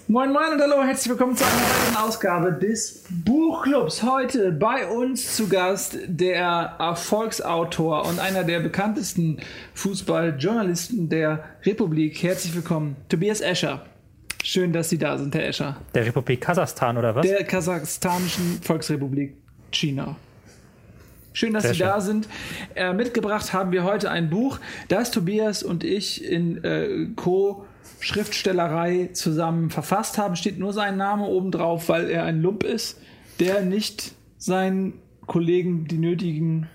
Moin Moin und hallo, herzlich willkommen zu einer weiteren Ausgabe des Buchclubs. Heute bei uns zu Gast der Erfolgsautor und einer der bekanntesten Fußballjournalisten der Republik. Herzlich willkommen, Tobias Escher. Schön, dass Sie da sind, Herr Escher. Der Republik Kasachstan oder was? Der kasachstanischen Volksrepublik China. Schön, dass Sie da sind. Mitgebracht haben wir heute ein Buch, das Tobias und ich in Co-Schriftstellerei zusammen verfasst haben. Steht nur sein Name oben drauf, weil er ein Lump ist, der nicht seinen Kollegen die nötigen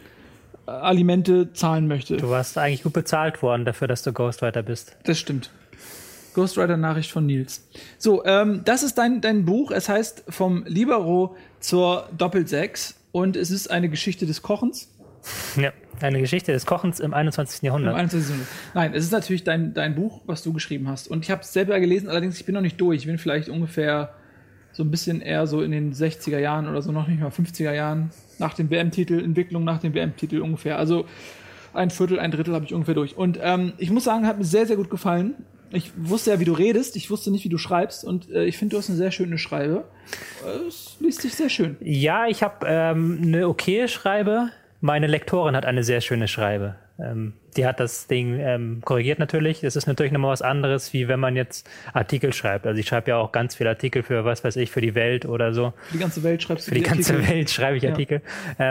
Alimente zahlen möchte. Du warst eigentlich gut bezahlt worden dafür, dass du Ghostwriter bist. Das stimmt. Ghostwriter-Nachricht von Nils. So, das ist dein Buch. Es heißt Vom Libero zur Doppelsechs und es ist eine Geschichte des Kochens. Ja, eine Geschichte des Kochens im 21. Jahrhundert. Im 21. Jahrhundert. Nein, es ist natürlich dein Buch, was du geschrieben hast. Und ich habe es selber gelesen, allerdings ich bin noch nicht durch. Ich bin vielleicht ungefähr so ein bisschen eher so in den 60er Jahren oder so, noch nicht mal 50er Jahren nach dem WM-Titel, Entwicklung nach dem WM-Titel ungefähr. Also ein Viertel, ein Drittel habe ich ungefähr durch. Und ich muss sagen, hat mir sehr, sehr gut gefallen. Ich wusste ja, wie du redest, ich wusste nicht, wie du schreibst und ich finde, du hast eine sehr schöne Schreibe. Es liest sich sehr schön. Ja, ich habe eine okaye Schreibe. Meine Lektorin hat eine sehr schöne Schreibe. Die hat das Ding korrigiert natürlich. Das ist natürlich nochmal was anderes, wie wenn man jetzt Artikel schreibt. Also ich schreibe ja auch ganz viele Artikel für, was weiß ich, für die Welt oder so. Für die ganze Welt schreibst du Für die ganze Artikel. Welt schreibe ich Artikel.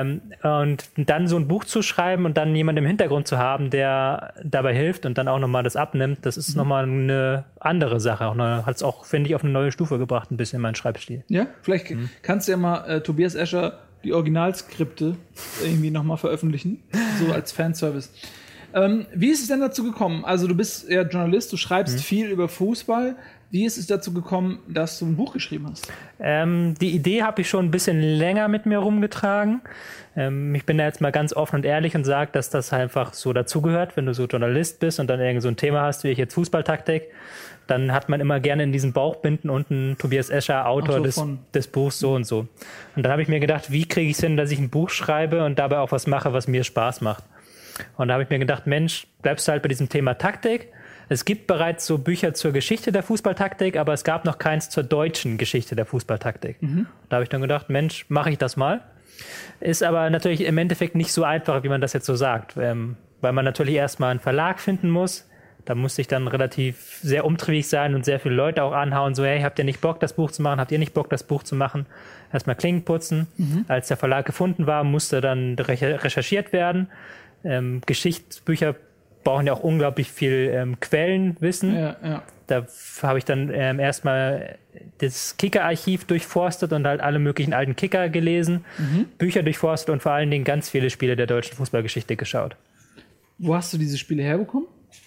Und dann so ein Buch zu schreiben und dann jemanden im Hintergrund zu haben, der dabei hilft und dann auch nochmal das abnimmt, das ist nochmal eine andere Sache. Hat es auch, finde ich, auf eine neue Stufe gebracht, ein bisschen mein Schreibstil. Ja, vielleicht kannst du ja mal Tobias Escher die Originalskripte irgendwie nochmal veröffentlichen, so als Fanservice. Wie ist es denn dazu gekommen? Also du bist ja Journalist, du schreibst viel über Fußball. Wie ist es dazu gekommen, dass du ein Buch geschrieben hast? Die Idee habe ich schon ein bisschen länger mit mir rumgetragen. Ich bin da jetzt mal ganz offen und ehrlich und sage, dass das einfach so dazugehört, wenn du so Journalist bist und dann irgend so ein Thema hast, wie ich jetzt Fußballtaktik, dann hat man immer gerne in diesem Bauchbinden unten Tobias Escher, Autor des Buchs so und so. Und dann habe ich mir gedacht, wie kriege ich es hin, dass ich ein Buch schreibe und dabei auch was mache, was mir Spaß macht. Und da habe ich mir gedacht, Mensch, bleibst du halt bei diesem Thema Taktik. Es gibt bereits so Bücher zur Geschichte der Fußballtaktik, aber es gab noch keins zur deutschen Geschichte der Fußballtaktik. Da habe ich dann gedacht, Mensch, mache ich das mal. Ist aber natürlich im Endeffekt nicht so einfach, wie man das jetzt so sagt, weil man natürlich erstmal einen Verlag finden muss. Da musste ich dann relativ sehr umtriebig sein und sehr viele Leute auch anhauen, so, hey, habt ihr nicht Bock, das Buch zu machen? Habt ihr nicht Bock, das Buch zu machen? Erstmal Klingen putzen. Als der Verlag gefunden war, musste dann recherchiert werden. Geschichtsbücher brauchen ja auch unglaublich viel Quellenwissen. Ja. Da habe ich dann erstmal das Kicker-Archiv durchforstet und halt alle möglichen alten Kicker gelesen, Bücher durchforstet und vor allen Dingen ganz viele Spiele der deutschen Fußballgeschichte geschaut. Wo hast du diese Spiele herbekommen?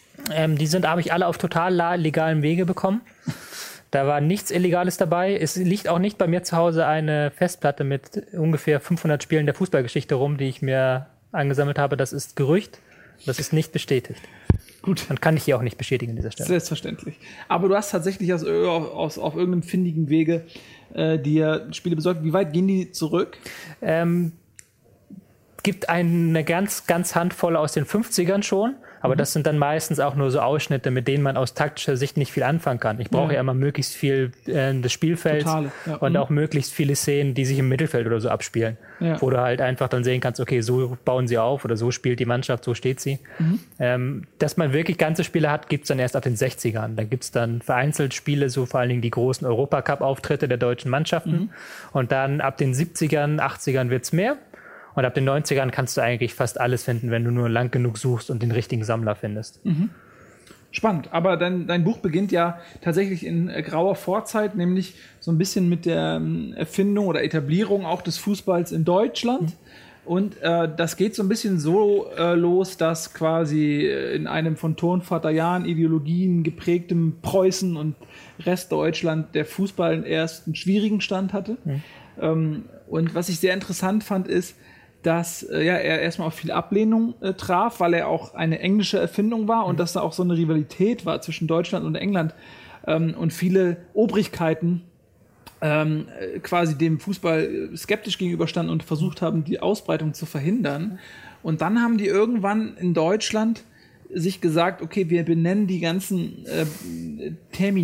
Habe ich alle auf total legalem Wege bekommen. Da war nichts Illegales dabei. Es liegt auch nicht bei mir zu Hause eine Festplatte mit ungefähr 500 Spielen der Fußballgeschichte rum, die ich mir angesammelt habe. Das ist Gerücht. Das ist nicht bestätigt. Gut. Man kann ich hier auch nicht bestätigen an dieser Stelle. Selbstverständlich. Aber du hast tatsächlich auf irgendeinem findigen Wege dir Spiele besorgt. Wie weit gehen die zurück? Gibt eine ganz, ganz Handvoll aus den 50ern schon. Aber das sind dann meistens auch nur so Ausschnitte, mit denen man aus taktischer Sicht nicht viel anfangen kann. Ich brauche ja immer möglichst viel des Spielfelds und auch möglichst viele Szenen, die sich im Mittelfeld oder so abspielen. Ja. Wo du halt einfach dann sehen kannst, okay, so bauen sie auf oder so spielt die Mannschaft, so steht sie. Dass man wirklich ganze Spiele hat, gibt es dann erst ab den 60ern. Da gibt es dann vereinzelt Spiele, so vor allen Dingen die großen Europacup-Auftritte der deutschen Mannschaften. Und dann ab den 70ern, 80ern wird es mehr. Und ab den 90ern kannst du eigentlich fast alles finden, wenn du nur lang genug suchst und den richtigen Sammler findest. Spannend. Aber dein Buch beginnt ja tatsächlich in grauer Vorzeit, nämlich so ein bisschen mit der Erfindung oder Etablierung auch des Fußballs in Deutschland. Und das geht so ein bisschen so los, dass quasi in einem von Turnvaterjahren Ideologien geprägtem Preußen und Restdeutschland der Fußball erst einen schwierigen Stand hatte. Und was ich sehr interessant fand, ist, dass er erstmal auf viel Ablehnung traf, weil er auch eine englische Erfindung war und dass da auch so eine Rivalität war zwischen Deutschland und England und viele Obrigkeiten quasi dem Fußball skeptisch gegenüberstanden und versucht haben, die Ausbreitung zu verhindern. Und dann haben die irgendwann in Deutschland sich gesagt, okay, wir benennen die ganzen Termini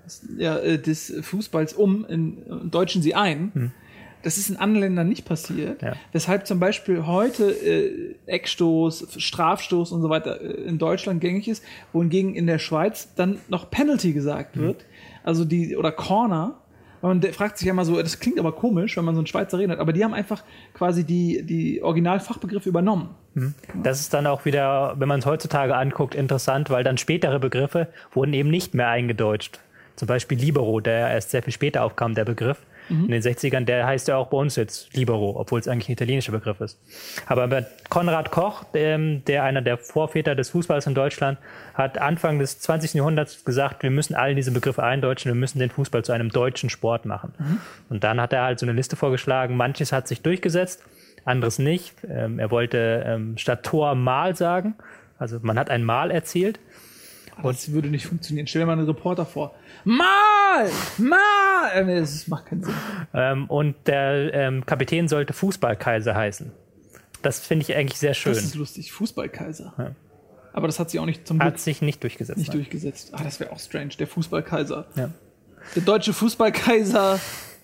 des Fußballs deutschen sie ein. Das ist in anderen Ländern nicht passiert. Ja. Weshalb zum Beispiel heute Eckstoß, Strafstoß und so weiter in Deutschland gängig ist, wohingegen in der Schweiz dann noch Penalty gesagt wird. Also oder Corner. Man fragt sich ja mal so, das klingt aber komisch, wenn man so einen Schweizer redet, aber die haben einfach quasi die Originalfachbegriffe übernommen. Das ist dann auch wieder, wenn man es heutzutage anguckt, interessant, weil dann spätere Begriffe wurden eben nicht mehr eingedeutscht. Zum Beispiel Libero, der erst sehr viel später aufkam, der Begriff. In den 60ern, der heißt ja auch bei uns jetzt Libero, obwohl es eigentlich ein italienischer Begriff ist. Aber bei Konrad Koch, der einer der Vorväter des Fußballs in Deutschland, hat Anfang des 20. Jahrhunderts gesagt, wir müssen all diese Begriffe eindeutschen, wir müssen den Fußball zu einem deutschen Sport machen. Und dann hat er halt so eine Liste vorgeschlagen, manches hat sich durchgesetzt, anderes nicht. Er wollte statt Tor Mal sagen, also man hat ein Mal erzielt. Das würde nicht funktionieren. Stell dir mal einen Reporter vor. Mal! Das macht keinen Sinn. Und der Kapitän sollte Fußballkaiser heißen. Das finde ich eigentlich sehr schön. Das ist lustig. Fußballkaiser. Ja. Aber das hat sich auch nicht Hat sich nicht durchgesetzt. Durchgesetzt. Das wäre auch strange. Der Fußballkaiser. Ja. Der deutsche Fußballkaiser.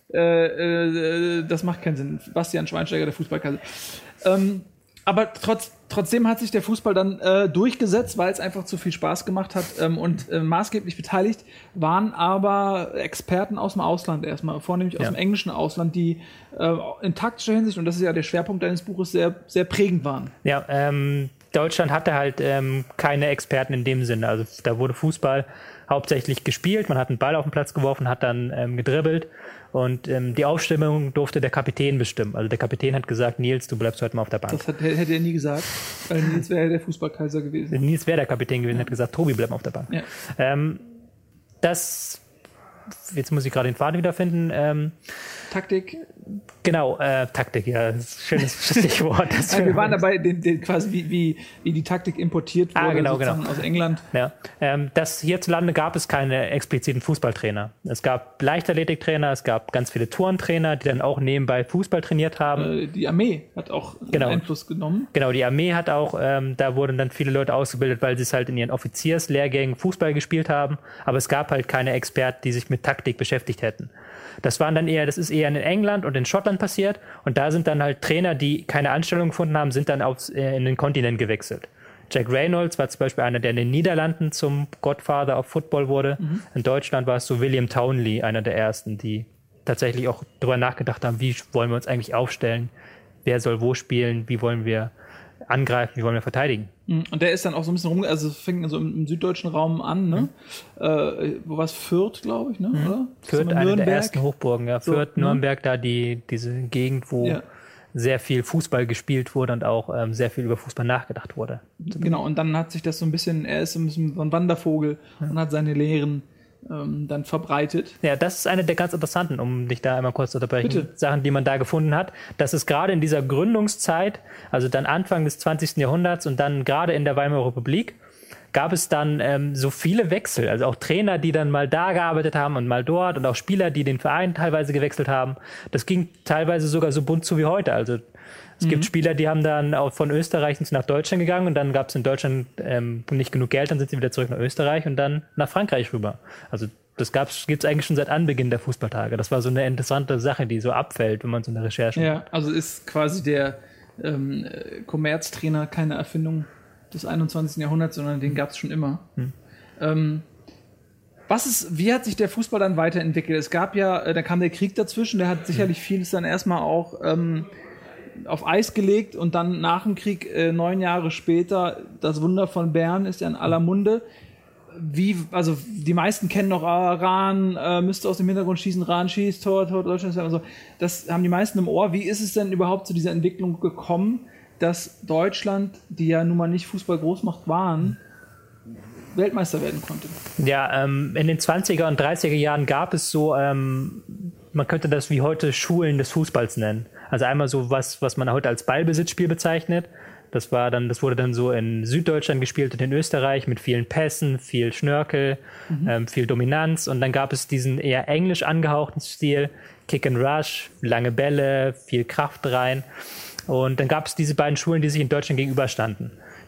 Das macht keinen Sinn. Bastian Schweinsteiger, der Fußballkaiser. Aber trotzdem hat sich der Fußball dann durchgesetzt, weil es einfach zu viel Spaß gemacht hat. Und maßgeblich beteiligt waren aber Experten aus dem Ausland erstmal, vornehmlich aus dem englischen Ausland, die in taktischer Hinsicht, und das ist ja der Schwerpunkt deines Buches, sehr, sehr prägend waren. Ja, Deutschland hatte halt keine Experten in dem Sinne. Also da wurde Fußball hauptsächlich gespielt, man hat einen Ball auf den Platz geworfen, hat dann gedribbelt. Und die Aufstellung durfte der Kapitän bestimmen. Also der Kapitän hat gesagt, Nils, du bleibst heute mal auf der Bank. Das hätte er nie gesagt, weil Nils wäre der Fußballkaiser gewesen. Nils wäre der Kapitän gewesen, hat gesagt, Tobi, bleib mal auf der Bank. Ja. Jetzt muss ich gerade den Faden wiederfinden. Taktik. Genau, Taktik, ja, schönes Stichwort. Wir waren dabei, quasi wie die Taktik importiert wurde, genau. aus England. Ja. Hierzulande gab es keine expliziten Fußballtrainer. Es gab Leichtathletiktrainer, es gab ganz viele Turntrainer, die dann auch nebenbei Fußball trainiert haben. Die Armee hat auch Einfluss genommen. Genau, die Armee hat auch, da wurden dann viele Leute ausgebildet, weil sie es halt in ihren Offizierslehrgängen Fußball gespielt haben. Aber es gab halt keine Experten, die sich mit Taktik beschäftigt hätten. Das ist eher in England und in Schottland passiert. Und da sind dann halt Trainer, die keine Anstellung gefunden haben, sind dann in den Kontinent gewechselt. Jack Reynolds war zum Beispiel einer, der in den Niederlanden zum Godfather of Football wurde. In Deutschland war es so William Townley, einer der ersten, die tatsächlich auch darüber nachgedacht haben, wie wollen wir uns eigentlich aufstellen, wer soll wo spielen, wie wollen wir angreifen, wie wollen wir verteidigen. Und der ist dann auch so ein bisschen es fing so im süddeutschen Raum an, ne? Wo war es? Fürth, glaube ich, ne? Oder? Fürth, eine der ersten Hochburgen, ja. Fürth, Nürnberg, da diese Gegend, wo sehr viel Fußball gespielt wurde und auch sehr viel über Fußball nachgedacht wurde. Genau, und dann hat sich das so ein bisschen, er ist so ein bisschen so ein Wandervogel und hat seine Lehren dann verbreitet. Ja, das ist eine der ganz interessanten, um dich da einmal kurz zu unterbrechen, Bitte. Sachen, die man da gefunden hat. Das ist gerade in dieser Gründungszeit, also dann Anfang des 20. Jahrhunderts und dann gerade in der Weimarer Republik, gab es dann so viele Wechsel. Also auch Trainer, die dann mal da gearbeitet haben und mal dort und auch Spieler, die den Verein teilweise gewechselt haben. Das ging teilweise sogar so bunt zu wie heute. Also es gibt Spieler, die haben dann auch von Österreich nach Deutschland gegangen und dann gab es in Deutschland nicht genug Geld, dann sind sie wieder zurück nach Österreich und dann nach Frankreich rüber. Also das gibt es eigentlich schon seit Anbeginn der Fußballtage. Das war so eine interessante Sache, die so abfällt, wenn man so eine Recherche macht. Ja, also ist quasi der Kommerztrainer keine Erfindung des 21. Jahrhunderts, sondern den gab es schon immer. Wie hat sich der Fußball dann weiterentwickelt? Es gab da kam der Krieg dazwischen, der hat sicherlich vieles dann erstmal auch auf Eis gelegt und dann nach dem Krieg 9 Jahre später, das Wunder von Bern ist ja in aller Munde. Also die meisten kennen noch Rahn, müsste aus dem Hintergrund schießen, Rahn schießt, Tor, Deutschland, also das haben die meisten im Ohr. Wie ist es denn überhaupt zu dieser Entwicklung gekommen, dass Deutschland, die ja nun mal nicht Fußball Großmacht waren, Weltmeister werden konnte? Ja, in den 20er und 30er Jahren gab es so, man könnte das wie heute Schulen des Fußballs nennen. Also einmal so was man heute als Ballbesitzspiel bezeichnet. Das wurde dann so in Süddeutschland gespielt und in Österreich mit vielen Pässen, viel Schnörkel, viel Dominanz. Und dann gab es diesen eher englisch angehauchten Stil, Kick and Rush, lange Bälle, viel Kraft rein. Und dann gab es diese beiden Schulen, die sich in Deutschland gegenüberstanden.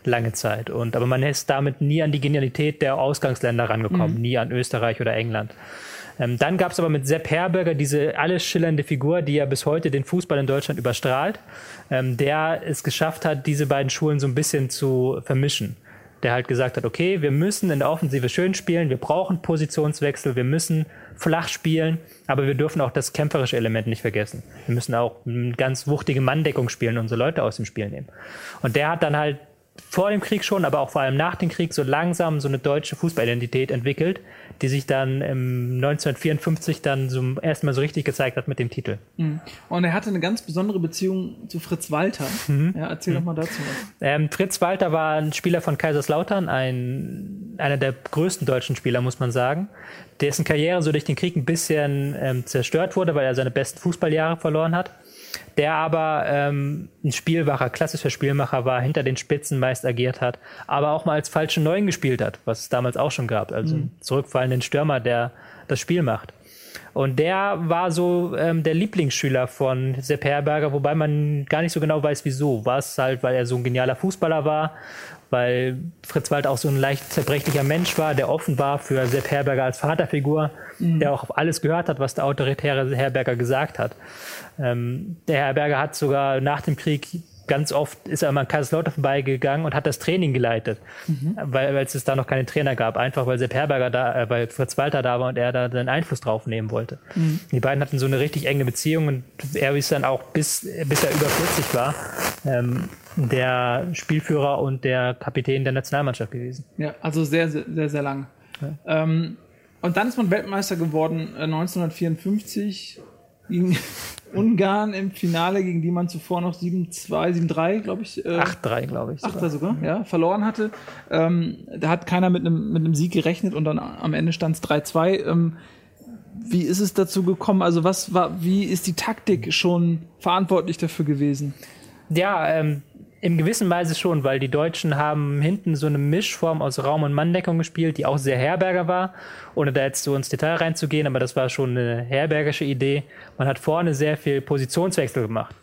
lange Zeit. Aber man ist damit nie an die Genialität der Ausgangsländer rangekommen, nie an Österreich oder England. Dann gab es aber mit Sepp Herberger diese alles schillernde Figur, die ja bis heute den Fußball in Deutschland überstrahlt, der es geschafft hat, diese beiden Schulen so ein bisschen zu vermischen. Der halt gesagt hat, okay, wir müssen in der Offensive schön spielen, wir brauchen Positionswechsel, wir müssen flach spielen, aber wir dürfen auch das kämpferische Element nicht vergessen. Wir müssen auch eine ganz wuchtige Manndeckung spielen und unsere Leute aus dem Spiel nehmen. Und der hat dann halt vor dem Krieg schon, aber auch vor allem nach dem Krieg so langsam so eine deutsche Fußballidentität entwickelt, die sich dann 1954 dann so erstmal so richtig gezeigt hat mit dem Titel. Und er hatte eine ganz besondere Beziehung zu Fritz Walter. Ja, erzähl doch mal dazu was. Fritz Walter war ein Spieler von Kaiserslautern, einer der größten deutschen Spieler, muss man sagen, dessen Karriere so durch den Krieg ein bisschen zerstört wurde, weil er seine besten Fußballjahre verloren hat. Der aber ein Spielmacher, klassischer Spielmacher war, hinter den Spitzen meist agiert hat, aber auch mal als falsche Neun gespielt hat, was es damals auch schon gab. Also einen zurückfallenden Stürmer, der das Spiel macht. Und der war so der Lieblingsschüler von Sepp Herberger, wobei man gar nicht so genau weiß, wieso. War es halt, weil er so ein genialer Fußballer war, weil Fritz Walter auch so ein leicht zerbrechlicher Mensch war, der offen war für Sepp Herberger als Vaterfigur, der auch auf alles gehört hat, was der autoritäre Herberger gesagt hat. Der Herberger hat sogar nach dem Krieg ganz oft ist er immer an Kaiserslautern vorbeigegangen und hat das Training geleitet, weil es da noch keine Trainer gab, einfach weil Sepp Herberger weil Fritz Walter da war und er da seinen Einfluss drauf nehmen wollte. Die beiden hatten so eine richtig enge Beziehung und er ist dann auch bis er über 40 war, der Spielführer und der Kapitän der Nationalmannschaft gewesen. Ja, also sehr, sehr, sehr, sehr lang. Ja. Und dann ist man Weltmeister geworden 1954 gegen Ungarn im Finale, gegen die man zuvor noch 7-2, 7-3, glaube ich. 8-3, glaube ich. 8-3 sogar, ja, verloren hatte. Da hat keiner mit einem Sieg gerechnet und dann am Ende stand es 3-2. Wie ist es dazu gekommen? Also wie ist die Taktik schon verantwortlich dafür gewesen? Ja, in gewisser Weise schon, weil die Deutschen haben hinten so eine Mischform aus Raum- und Manndeckung gespielt, die auch sehr Herberger war, ohne da jetzt so ins Detail reinzugehen, aber das war schon eine herbergische Idee. Man hat vorne sehr viel Positionswechsel gemacht.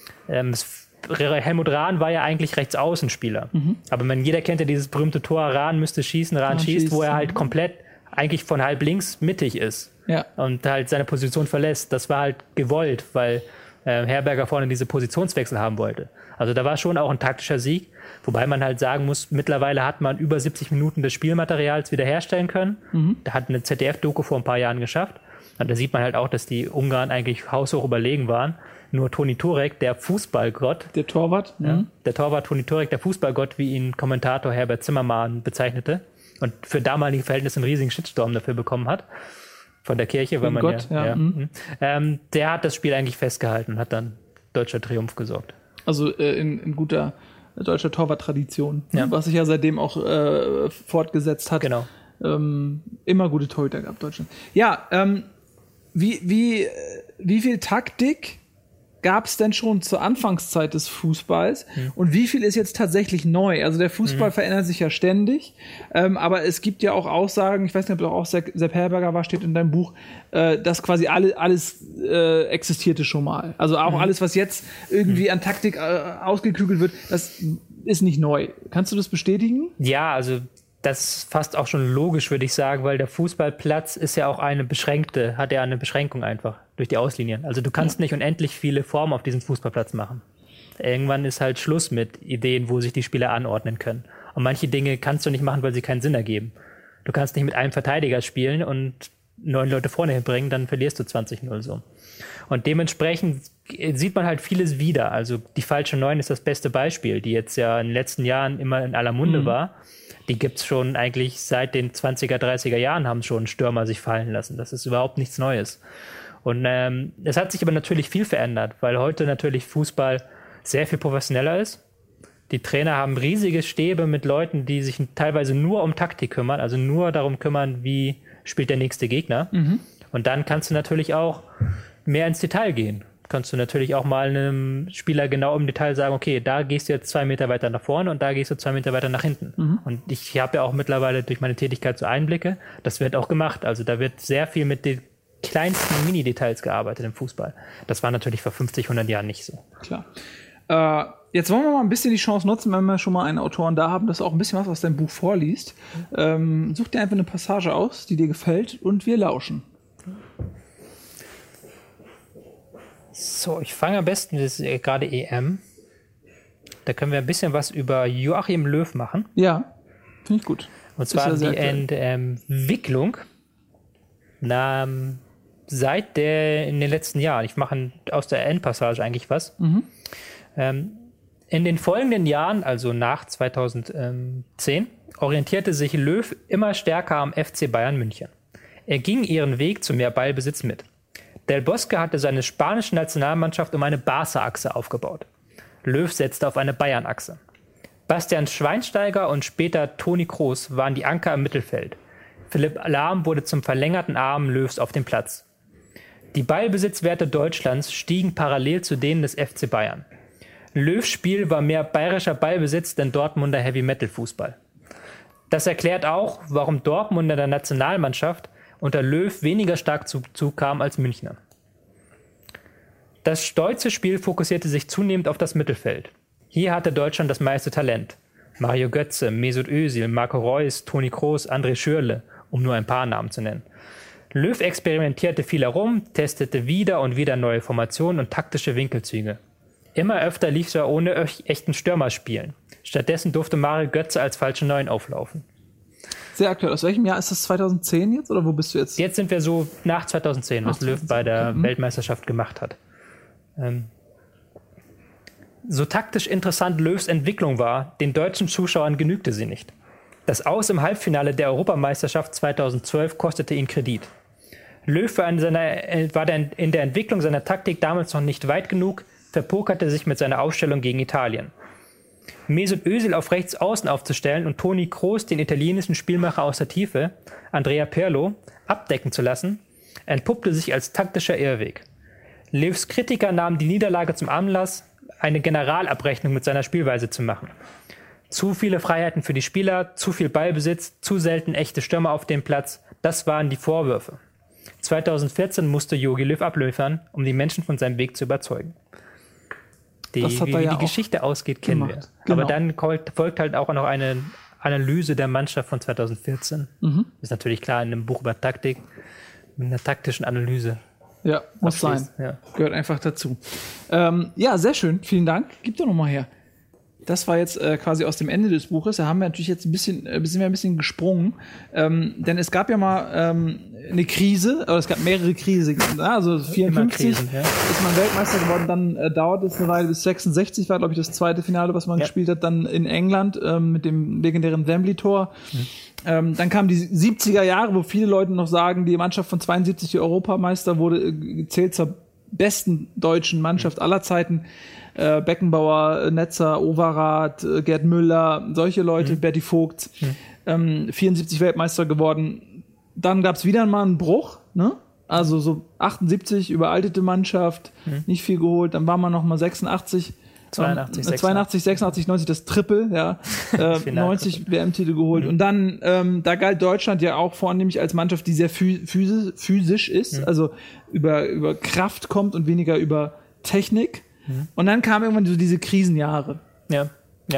Helmut Rahn war ja eigentlich Rechtsaußenspieler, aber jeder kennt ja dieses berühmte Tor, Rahn müsste schießen, Rahn schießt, wo er halt komplett eigentlich von halb links mittig ist und halt seine Position verlässt. Das war halt gewollt, weil Herberger vorne diese Positionswechsel haben wollte. Also da war schon auch ein taktischer Sieg, wobei man halt sagen muss, mittlerweile hat man über 70 Minuten des Spielmaterials wiederherstellen können. Da hat eine ZDF-Doku vor ein paar Jahren geschafft. Und da sieht man halt auch, dass die Ungarn eigentlich haushoch überlegen waren. Nur Toni Turek, der Fußballgott. Der Torwart. Der Torwart Toni Turek, der Fußballgott, wie ihn Kommentator Herbert Zimmermann bezeichnete. Und für damalige Verhältnisse einen riesigen Shitstorm dafür bekommen hat. Von der Kirche, weil man Gott, der hat das Spiel eigentlich festgehalten und hat dann deutscher Triumph gesorgt. Also in guter deutscher Torwart-Tradition, was sich ja seitdem auch fortgesetzt hat. Genau. Immer gute Torhüter gehabt, Deutschland. Ja, wie viel Taktik gab es denn schon zur Anfangszeit des Fußballs und wie viel ist jetzt tatsächlich neu? Also der Fußball verändert sich ja ständig, aber es gibt ja auch Aussagen, ich weiß nicht, ob das auch Sepp Herberger war, steht in deinem Buch, dass quasi alles existierte schon mal. Also auch alles, was jetzt irgendwie an Taktik ausgeklügelt wird, das ist nicht neu. Kannst du das bestätigen? Ja, also das ist fast auch schon logisch, würde ich sagen, weil der Fußballplatz ist ja auch hat ja eine Beschränkung einfach durch die Auslinien. Also du kannst nicht unendlich viele Formen auf diesem Fußballplatz machen. Irgendwann ist halt Schluss mit Ideen, wo sich die Spieler anordnen können. Und manche Dinge kannst du nicht machen, weil sie keinen Sinn ergeben. Du kannst nicht mit einem Verteidiger spielen und 9 Leute vorne hinbringen, dann verlierst du 20-0 so. Und dementsprechend sieht man halt vieles wieder. Also die falsche 9 ist das beste Beispiel, die jetzt ja in den letzten Jahren immer in aller Munde war. Die gibt's schon eigentlich seit den 20er, 30er Jahren haben schon Stürmer sich fallen lassen. Das ist überhaupt nichts Neues. Und es hat sich aber natürlich viel verändert, weil heute natürlich Fußball sehr viel professioneller ist. Die Trainer haben riesige Stäbe mit Leuten, die sich teilweise nur um Taktik kümmern, also nur darum kümmern, wie spielt der nächste Gegner. Und dann kannst du natürlich auch mehr ins Detail gehen. Kannst du natürlich auch mal einem Spieler genau im Detail sagen, okay, da gehst du jetzt 2 Meter weiter nach vorne und da gehst du 2 Meter weiter nach hinten. Und ich habe ja auch mittlerweile durch meine Tätigkeit so Einblicke, das wird auch gemacht. Also da wird sehr viel mit den kleinsten Mini-Details gearbeitet im Fußball. Das war natürlich vor 50, 100 Jahren nicht so. Klar. Jetzt wollen wir mal ein bisschen die Chance nutzen, wenn wir schon mal einen Autoren da haben, dass du auch ein bisschen was aus deinem Buch vorliest. Such dir einfach eine Passage aus, die dir gefällt, und wir lauschen. So, ich fange am besten, das ist gerade EM. Da können wir ein bisschen was über Joachim Löw machen. Ja, finde ich gut. Und zwar die Entwicklung seit in den letzten Jahren. Ich mache aus der Endpassage eigentlich was. In den folgenden Jahren, also nach 2010, orientierte sich Löw immer stärker am FC Bayern München. Er ging ihren Weg zu mehr Ballbesitz mit. Del Bosque hatte seine spanische Nationalmannschaft um eine Barca-Achse aufgebaut. Löw setzte auf eine Bayern-Achse. Bastian Schweinsteiger und später Toni Kroos waren die Anker im Mittelfeld. Philipp Lahm wurde zum verlängerten Arm Löws auf dem Platz. Die Ballbesitzwerte Deutschlands stiegen parallel zu denen des FC Bayern. Löws Spiel war mehr bayerischer Ballbesitz denn Dortmunder Heavy-Metal-Fußball. Das erklärt auch, warum Dortmunder der Nationalmannschaft unter Löw weniger stark zu Zug kam als Münchner. Das stolze Spiel fokussierte sich zunehmend auf das Mittelfeld. Hier hatte Deutschland das meiste Talent. Mario Götze, Mesut Özil, Marco Reus, Toni Kroos, André Schürrle, um nur ein paar Namen zu nennen. Löw experimentierte viel herum, testete wieder und wieder neue Formationen und taktische Winkelzüge. Immer öfter lief er ohne echten Stürmer spielen. Stattdessen durfte Mario Götze als falsche Neun auflaufen. Sehr aktuell. Aus welchem Jahr ist das? 2010 jetzt? Oder wo bist du jetzt? Jetzt sind wir so nach 2010, was Löw bei der Weltmeisterschaft gemacht hat. So taktisch interessant Löws Entwicklung war, den deutschen Zuschauern genügte sie nicht. Das Aus im Halbfinale der Europameisterschaft 2012 kostete ihn Kredit. Löw war in der Entwicklung seiner Taktik damals noch nicht weit genug, verpokerte sich mit seiner Aufstellung gegen Italien. Mesut Özil auf rechts außen aufzustellen und Toni Kroos, den italienischen Spielmacher aus der Tiefe, Andrea Pirlo, abdecken zu lassen, entpuppte sich als taktischer Irrweg. Löws Kritiker nahmen die Niederlage zum Anlass, eine Generalabrechnung mit seiner Spielweise zu machen. Zu viele Freiheiten für die Spieler, zu viel Ballbesitz, zu selten echte Stürmer auf dem Platz, das waren die Vorwürfe. 2014 musste Jogi Löw abliefern, um die Menschen von seinem Weg zu überzeugen. Wie die Geschichte ausgeht, kennen wir. Genau. Aber dann folgt halt auch noch eine Analyse der Mannschaft von 2014. Ist natürlich klar in einem Buch über Taktik, mit einer taktischen Analyse. Ja, muss sein. Ja. Gehört einfach dazu. Ja, sehr schön. Vielen Dank. Gib doch noch mal her. Das war jetzt quasi aus dem Ende des Buches. Da haben wir natürlich jetzt ein bisschen gesprungen. Denn es gab ja mal eine Krise, oder es gab mehrere Krisen. Also 54 Krisen, ja. Ist man Weltmeister geworden, dann dauert es eine Weile bis 66, war glaube ich das zweite Finale, was man gespielt hat, dann in England mit dem legendären Wembley-Tor. Dann kamen die 70er Jahre, wo viele Leute noch sagen, die Mannschaft von 72, die Europameister, wurde gezählt zur besten deutschen Mannschaft aller Zeiten. Beckenbauer, Netzer, Overath, Gerd Müller, solche Leute, Berti Vogt, 74 Weltmeister geworden. Dann gab es wieder mal einen Bruch, ne? Also so 78, überaltete Mannschaft, nicht viel geholt. Dann war man noch mal 86, 86, 90 das Triple, ja, 90 WM-Titel geholt. Und dann, da galt Deutschland ja auch vornehmlich als Mannschaft, die sehr physisch ist, also über Kraft kommt und weniger über Technik. Und dann kamen irgendwann so diese Krisenjahre. Ja.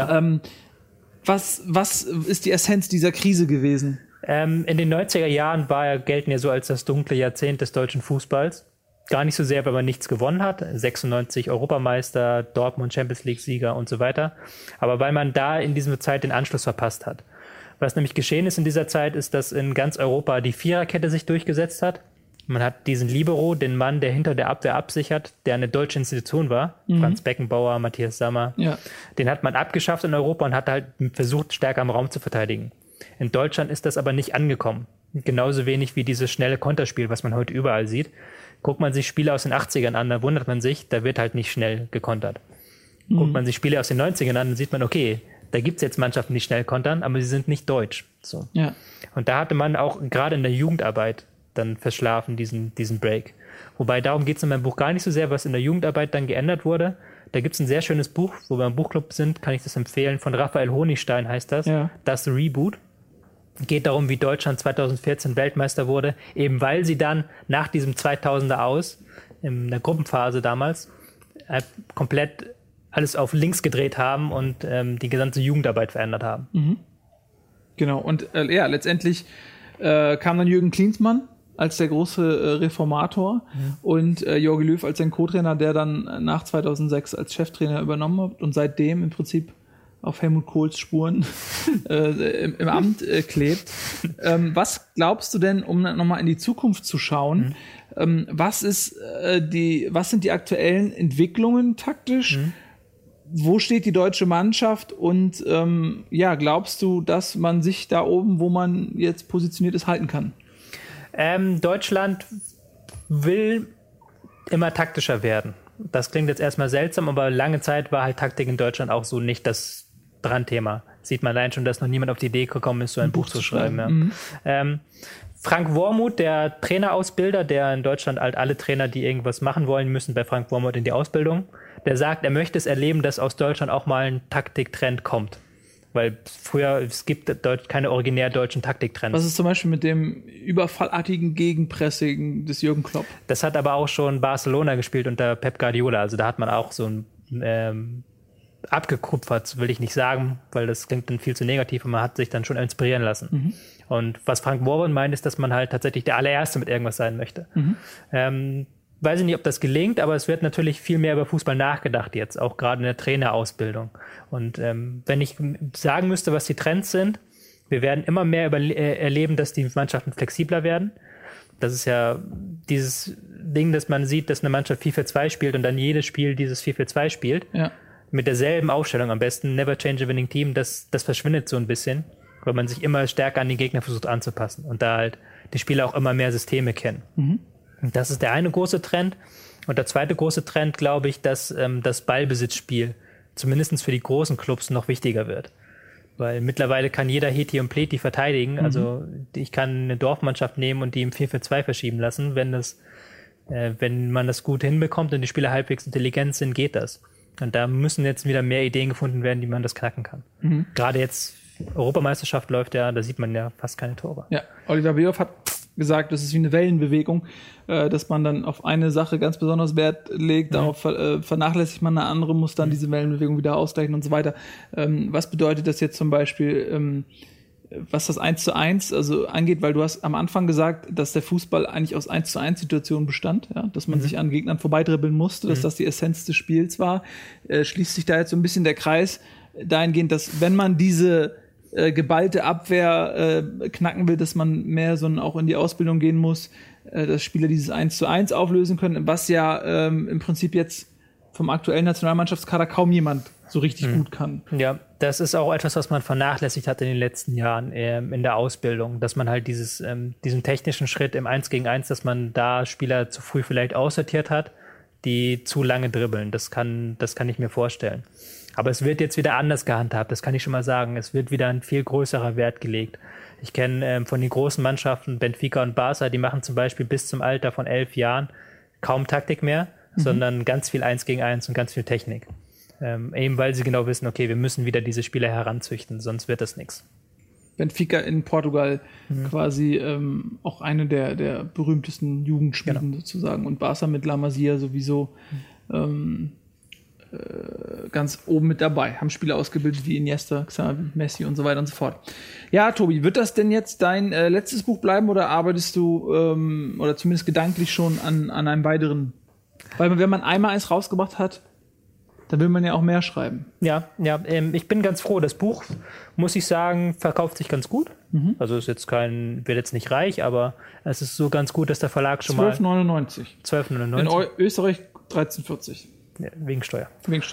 Was ist die Essenz dieser Krise gewesen? In den 90er Jahren gelten ja so als das dunkle Jahrzehnt des deutschen Fußballs. Gar nicht so sehr, weil man nichts gewonnen hat. 96 Europameister, Dortmund Champions League-Sieger und so weiter. Aber weil man da in dieser Zeit den Anschluss verpasst hat. Was nämlich geschehen ist in dieser Zeit, ist, dass in ganz Europa die Viererkette sich durchgesetzt hat. Man hat diesen Libero, den Mann, der hinter der Abwehr absichert, der eine deutsche Institution war, Franz Beckenbauer, Matthias Sammer, den hat man abgeschafft in Europa und hat halt versucht, stärker im Raum zu verteidigen. In Deutschland ist das aber nicht angekommen. Genauso wenig wie dieses schnelle Konterspiel, was man heute überall sieht. Guckt man sich Spiele aus den 80ern an, da wundert man sich, da wird halt nicht schnell gekontert. Guckt man sich Spiele aus den 90ern an, dann sieht man, okay, da gibt es jetzt Mannschaften, die schnell kontern, aber sie sind nicht deutsch. So. Ja. Und da hatte man auch gerade in der Jugendarbeit dann verschlafen, diesen Break. Wobei, darum geht es in meinem Buch gar nicht so sehr, was in der Jugendarbeit dann geändert wurde. Da gibt es ein sehr schönes Buch, wo wir im Buchclub sind, kann ich das empfehlen, von Raphael Honigstein heißt das, Das Reboot. Geht darum, wie Deutschland 2014 Weltmeister wurde, eben weil sie dann nach diesem 2000er Aus, in der Gruppenphase damals, komplett alles auf links gedreht haben und die gesamte Jugendarbeit verändert haben. Genau, und letztendlich kam dann Jürgen Klinsmann als der große Reformator und Jogi Löw als sein Co-Trainer, der dann nach 2006 als Cheftrainer übernommen hat und seitdem im Prinzip auf Helmut Kohls Spuren im Amt klebt. Was glaubst du denn, um nochmal in die Zukunft zu schauen, was sind die aktuellen Entwicklungen taktisch? Wo steht die deutsche Mannschaft und glaubst du, dass man sich da oben, wo man jetzt positioniert ist, halten kann? Deutschland will immer taktischer werden. Das klingt jetzt erstmal seltsam, aber lange Zeit war halt Taktik in Deutschland auch so nicht das Brandthema. Sieht man allein schon, dass noch niemand auf die Idee gekommen ist, so ein Buch zu schreiben. Ja. Frank Wormuth, der Trainerausbilder, der in Deutschland halt alle Trainer, die irgendwas machen wollen, müssen bei Frank Wormuth in die Ausbildung. Der sagt, er möchte es erleben, dass aus Deutschland auch mal ein Taktiktrend kommt. Weil es gibt keine originär deutschen Taktiktrends. Was ist zum Beispiel mit dem überfallartigen Gegenpressing des Jürgen Klopp? Das hat aber auch schon Barcelona gespielt unter Pep Guardiola. Also da hat man auch so ein abgekupfert, will ich nicht sagen, weil das klingt dann viel zu negativ und man hat sich dann schon inspirieren lassen. Und was Frank Wormuth meint, ist, dass man halt tatsächlich der allererste mit irgendwas sein möchte. Weiß ich nicht, ob das gelingt, aber es wird natürlich viel mehr über Fußball nachgedacht jetzt, auch gerade in der Trainerausbildung. Und wenn ich sagen müsste, was die Trends sind, wir werden immer mehr erleben, dass die Mannschaften flexibler werden. Das ist ja dieses Ding, dass man sieht, dass eine Mannschaft 4-4-2 spielt und dann jedes Spiel dieses 4-4-2 spielt. Ja. Mit derselben Aufstellung am besten, never change a winning team, das verschwindet so ein bisschen, weil man sich immer stärker an den Gegner versucht anzupassen und da halt die Spieler auch immer mehr Systeme kennen. Und das ist der eine große Trend. Und der zweite große Trend, glaube ich, dass das Ballbesitzspiel zumindest für die großen Clubs noch wichtiger wird. Weil mittlerweile kann jeder Heti und Pleti verteidigen. Also ich kann eine Dorfmannschaft nehmen und die im 4-4-2 verschieben lassen. Wenn man das gut hinbekommt und die Spieler halbwegs intelligent sind, geht das. Und da müssen jetzt wieder mehr Ideen gefunden werden, wie man das knacken kann. Gerade jetzt, Europameisterschaft läuft ja, da sieht man ja fast keine Tore. Ja, Oliver Bierhoff hat gesagt, das ist wie eine Wellenbewegung, dass man dann auf eine Sache ganz besonders Wert legt, darauf vernachlässigt man eine andere, muss dann diese Wellenbewegung wieder ausgleichen und so weiter. Was bedeutet das jetzt zum Beispiel, was das 1:1 also angeht, weil du hast am Anfang gesagt, dass der Fußball eigentlich aus 1:1 Situationen bestand, ja, dass man sich an Gegnern vorbeidribbeln musste, dass das die Essenz des Spiels war. Schließt sich da jetzt so ein bisschen der Kreis dahingehend, dass wenn man diese geballte Abwehr knacken will, dass man mehr so auch in die Ausbildung gehen muss, dass Spieler dieses 1:1 auflösen können, was ja im Prinzip jetzt vom aktuellen Nationalmannschaftskader kaum jemand so richtig gut kann. Ja, das ist auch etwas, was man vernachlässigt hat in den letzten Jahren in der Ausbildung, dass man halt diesen technischen Schritt im 1-gegen-1, dass man da Spieler zu früh vielleicht aussortiert hat, die zu lange dribbeln. Das kann ich mir vorstellen. Aber es wird jetzt wieder anders gehandhabt, das kann ich schon mal sagen. Es wird wieder ein viel größerer Wert gelegt. Ich kenne von den großen Mannschaften, Benfica und Barca, die machen zum Beispiel bis zum Alter von 11 Jahren kaum Taktik mehr, sondern ganz viel 1-gegen-1 und ganz viel Technik. Eben weil sie genau wissen, okay, wir müssen wieder diese Spieler heranzüchten, sonst wird das nichts. Benfica in Portugal quasi auch eine der berühmtesten Jugendspielen sozusagen. Und Barca mit La Masia sowieso ganz oben mit dabei. Haben Spieler ausgebildet wie Iniesta, Xavi, Messi und so weiter und so fort. Ja, Tobi, wird das denn jetzt dein letztes Buch bleiben oder arbeitest du oder zumindest gedanklich schon an einem weiteren? Weil wenn man einmal eins rausgebracht hat, dann will man ja auch mehr schreiben. Ja, ich bin ganz froh. Das Buch, muss ich sagen, verkauft sich ganz gut. Also ist jetzt wird jetzt nicht reich, aber es ist so ganz gut, dass der Verlag schon 12,99. 12,99. In Österreich 13,40. Ja, wegen Steuer.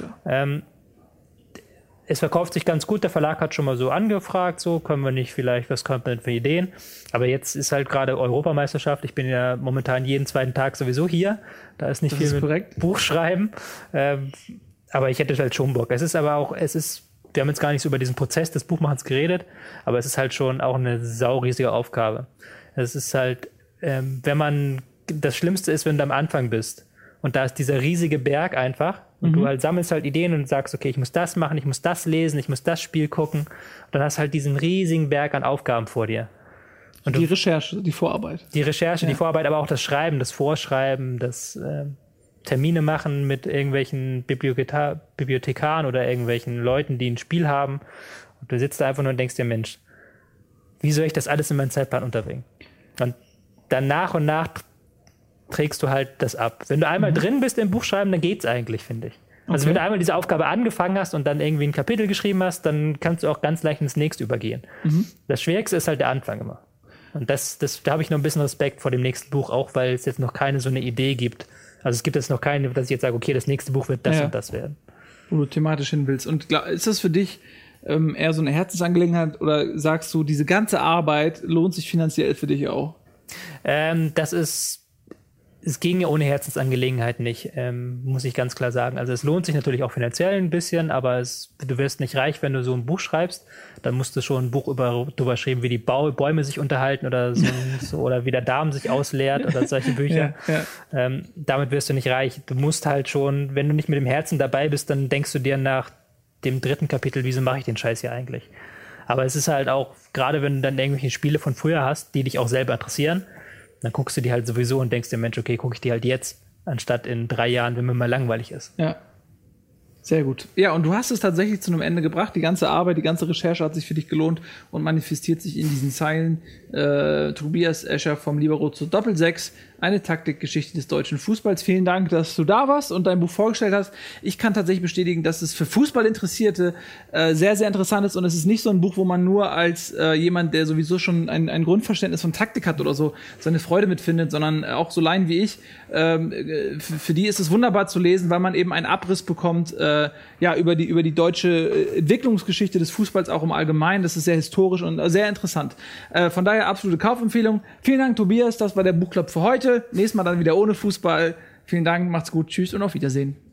Es verkauft sich ganz gut. Der Verlag hat schon mal so angefragt, so können wir nicht vielleicht, was kommt denn für Ideen? Aber jetzt ist halt gerade Europameisterschaft. Ich bin ja momentan jeden zweiten Tag sowieso hier. Da ist nicht viel mit Buchschreiben. Aber ich hätte halt schon Bock. Wir haben jetzt gar nicht so über diesen Prozess des Buchmachens geredet, aber es ist halt schon auch eine sauriesige Aufgabe. Es ist halt, das Schlimmste ist, wenn du am Anfang bist und da ist dieser riesige Berg einfach und du halt sammelst halt Ideen und sagst, okay, ich muss das machen, ich muss das lesen, ich muss das Spiel gucken und dann hast halt diesen riesigen Berg an Aufgaben vor dir. Und die Recherche, die Vorarbeit. Die Vorarbeit, aber auch das Schreiben, das Vorschreiben, Termine machen mit irgendwelchen Bibliothekaren oder irgendwelchen Leuten, die ein Spiel haben. Und du sitzt da einfach nur und denkst dir, Mensch, wie soll ich das alles in meinen Zeitplan unterbringen? Und dann nach und nach trägst du halt das ab. Wenn du einmal drin bist im Buchschreiben, dann geht's eigentlich, finde ich. Also wenn du einmal diese Aufgabe angefangen hast und dann irgendwie ein Kapitel geschrieben hast, dann kannst du auch ganz leicht ins nächste übergehen. Das Schwierigste ist halt der Anfang immer. Und da habe ich noch ein bisschen Respekt vor dem nächsten Buch, auch weil es jetzt noch keine so eine Idee gibt. Also es gibt jetzt noch keine, dass ich jetzt sage, okay, das nächste Buch wird das und das werden. Wo du thematisch hin willst. Und ist das für dich eher so eine Herzensangelegenheit oder sagst du, diese ganze Arbeit lohnt sich finanziell für dich auch? Es ging ja ohne Herzensangelegenheit nicht, muss ich ganz klar sagen. Also es lohnt sich natürlich auch finanziell ein bisschen, aber du wirst nicht reich, wenn du so ein Buch schreibst. Dann musst du schon ein Buch drüber schreiben, wie die Bäume sich unterhalten oder so oder wie der Darm sich ausleert oder solche Bücher. Damit wirst du nicht reich. Du musst halt schon, wenn du nicht mit dem Herzen dabei bist, dann denkst du dir nach dem 3. Kapitel, wieso mache ich den Scheiß hier eigentlich? Aber es ist halt auch, gerade wenn du dann irgendwelche Spiele von früher hast, die dich auch selber interessieren, dann guckst du die halt sowieso und denkst dir, Mensch, okay, gucke ich die halt jetzt, anstatt in 3 Jahren, wenn mir mal langweilig ist. Ja. Sehr gut. Ja, und du hast es tatsächlich zu einem Ende gebracht. Die ganze Arbeit, die ganze Recherche hat sich für dich gelohnt und manifestiert sich in diesen Zeilen. Tobias Escher vom Libero zur Doppelsechs, eine Taktikgeschichte des deutschen Fußballs. Vielen Dank, dass du da warst und dein Buch vorgestellt hast. Ich kann tatsächlich bestätigen, dass es für Fußballinteressierte sehr, sehr interessant ist und es ist nicht so ein Buch, wo man nur als jemand, der sowieso schon ein Grundverständnis von Taktik hat oder so, seine Freude mitfindet, sondern auch so Laien wie ich. Für die ist es wunderbar zu lesen, weil man eben einen Abriss bekommt, über die deutsche Entwicklungsgeschichte des Fußballs auch im Allgemeinen. Das ist sehr historisch und sehr interessant. Von daher absolute Kaufempfehlung. Vielen Dank, Tobias. Das war der Buchclub für heute. Nächstes Mal dann wieder ohne Fußball. Vielen Dank, macht's gut, tschüss und auf Wiedersehen.